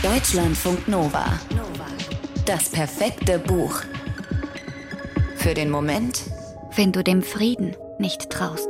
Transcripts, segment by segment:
Deutschlandfunk Nova. Das perfekte Buch. Für den Moment, wenn du dem Frieden nicht traust.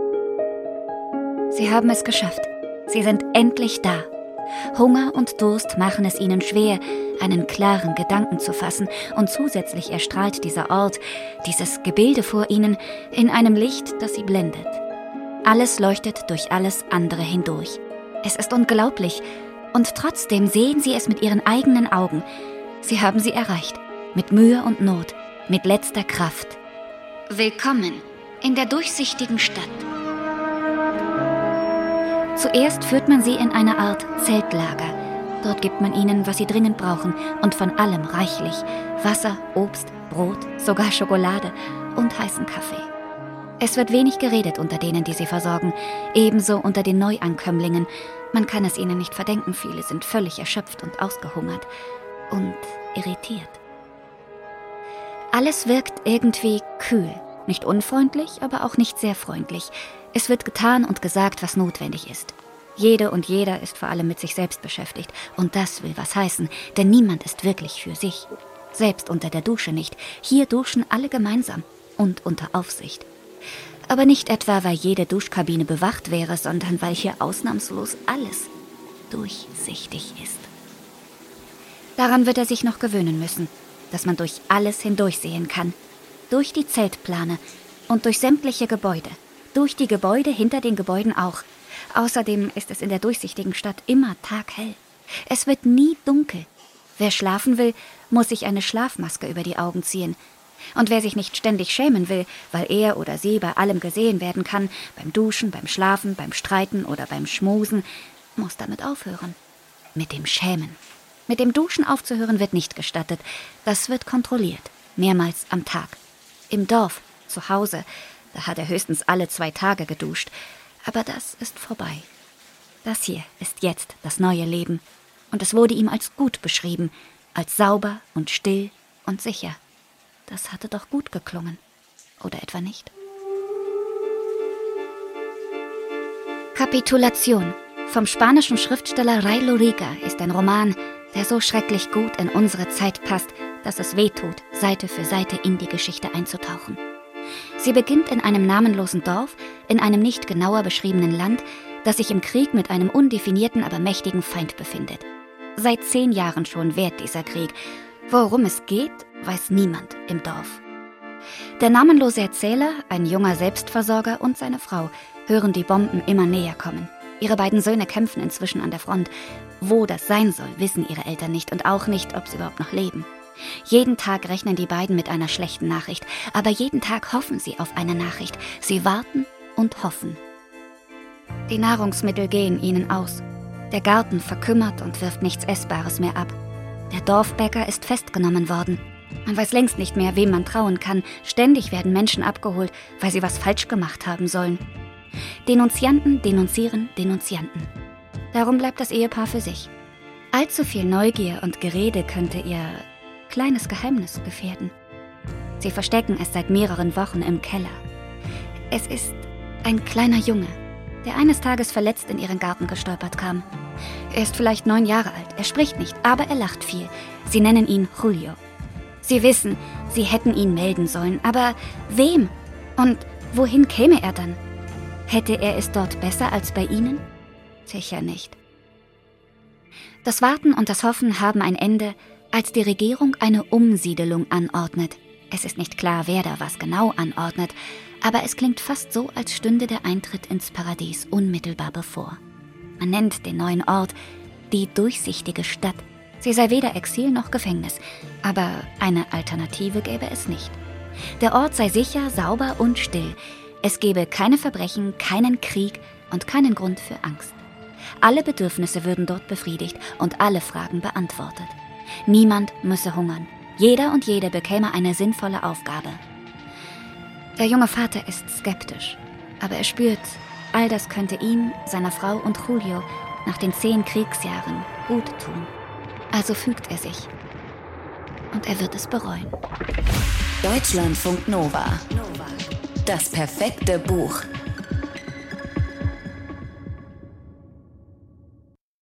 Sie haben es geschafft. Sie sind endlich da. Hunger und Durst machen es ihnen schwer, einen klaren Gedanken zu fassen, und zusätzlich erstrahlt dieser Ort, dieses Gebilde vor ihnen, in einem Licht, das sie blendet. Alles leuchtet durch alles andere hindurch. Es ist unglaublich, und trotzdem sehen sie es mit ihren eigenen Augen. Sie haben sie erreicht, mit Mühe und Not, mit letzter Kraft. Willkommen in der durchsichtigen Stadt. Zuerst führt man sie in eine Art Zeltlager. Dort gibt man ihnen, was sie dringend brauchen, und von allem reichlich. Wasser, Obst, Brot, sogar Schokolade und heißen Kaffee. Es wird wenig geredet unter denen, die sie versorgen, ebenso unter den Neuankömmlingen. Man kann es ihnen nicht verdenken, viele sind völlig erschöpft und ausgehungert und irritiert. Alles wirkt irgendwie kühl, nicht unfreundlich, aber auch nicht sehr freundlich. Es wird getan und gesagt, was notwendig ist. Jede und jeder ist vor allem mit sich selbst beschäftigt. Und das will was heißen, denn niemand ist wirklich für sich. Selbst unter der Dusche nicht. Hier duschen alle gemeinsam und unter Aufsicht. Aber nicht etwa, weil jede Duschkabine bewacht wäre, sondern weil hier ausnahmslos alles durchsichtig ist. Daran wird er sich noch gewöhnen müssen, dass man durch alles hindurchsehen kann. Durch die Zeltplane und durch sämtliche Gebäude. Durch die Gebäude hinter den Gebäuden auch. Außerdem ist es in der durchsichtigen Stadt immer taghell. Es wird nie dunkel. Wer schlafen will, muss sich eine Schlafmaske über die Augen ziehen. Und wer sich nicht ständig schämen will, weil er oder sie bei allem gesehen werden kann, beim Duschen, beim Schlafen, beim Streiten oder beim Schmusen, muss damit aufhören. Mit dem Schämen. Mit dem Duschen aufzuhören wird nicht gestattet. Das wird kontrolliert. Mehrmals am Tag. Im Dorf, zu Hause, da hat er höchstens alle 2 Tage geduscht. Aber das ist vorbei. Das hier ist jetzt das neue Leben. Und es wurde ihm als gut beschrieben, als sauber und still und sicher. Das hatte doch gut geklungen. Oder etwa nicht? Kapitulation vom spanischen Schriftsteller Raylo Riga ist ein Roman, der so schrecklich gut in unsere Zeit passt, dass es wehtut, Seite für Seite in die Geschichte einzutauchen. Sie beginnt in einem namenlosen Dorf, in einem nicht genauer beschriebenen Land, das sich im Krieg mit einem undefinierten, aber mächtigen Feind befindet. Seit 10 Jahren schon währt dieser Krieg. Worum es geht, weiß niemand im Dorf. Der namenlose Erzähler, ein junger Selbstversorger und seine Frau hören die Bomben immer näher kommen. Ihre beiden Söhne kämpfen inzwischen an der Front. Wo das sein soll, wissen ihre Eltern nicht und auch nicht, ob sie überhaupt noch leben. Jeden Tag rechnen die beiden mit einer schlechten Nachricht, aber jeden Tag hoffen sie auf eine Nachricht. Sie warten und hoffen. Die Nahrungsmittel gehen ihnen aus. Der Garten verkümmert und wirft nichts Essbares mehr ab. Der Dorfbäcker ist festgenommen worden. Man weiß längst nicht mehr, wem man trauen kann. Ständig werden Menschen abgeholt, weil sie was falsch gemacht haben sollen. Denunzianten denunzieren Denunzianten. Darum bleibt das Ehepaar für sich. Allzu viel Neugier und Gerede könnte ihr kleines Geheimnis gefährden. Sie verstecken es seit mehreren Wochen im Keller. Es ist ein kleiner Junge, der eines Tages verletzt in ihren Garten gestolpert kam. Er ist vielleicht 9 Jahre alt, er spricht nicht, aber er lacht viel. Sie nennen ihn Julio. Sie wissen, sie hätten ihn melden sollen, aber wem? Und wohin käme er dann? Hätte er es dort besser als bei ihnen? Sicher nicht. Das Warten und das Hoffen haben ein Ende, als die Regierung eine Umsiedelung anordnet. Es ist nicht klar, wer da was genau anordnet, aber es klingt fast so, als stünde der Eintritt ins Paradies unmittelbar bevor. Man nennt den neuen Ort die durchsichtige Stadt. Sie sei weder Exil noch Gefängnis, aber eine Alternative gäbe es nicht. Der Ort sei sicher, sauber und still. Es gebe keine Verbrechen, keinen Krieg und keinen Grund für Angst. Alle Bedürfnisse würden dort befriedigt und alle Fragen beantwortet. Niemand müsse hungern. Jeder und jede bekäme eine sinnvolle Aufgabe. Der junge Vater ist skeptisch, aber er spürt, all das könnte ihm, seiner Frau und Julio nach den 10 Kriegsjahren gut tun. Also fügt er sich. Und er wird es bereuen. Deutschlandfunk Nova. Das perfekte Buch.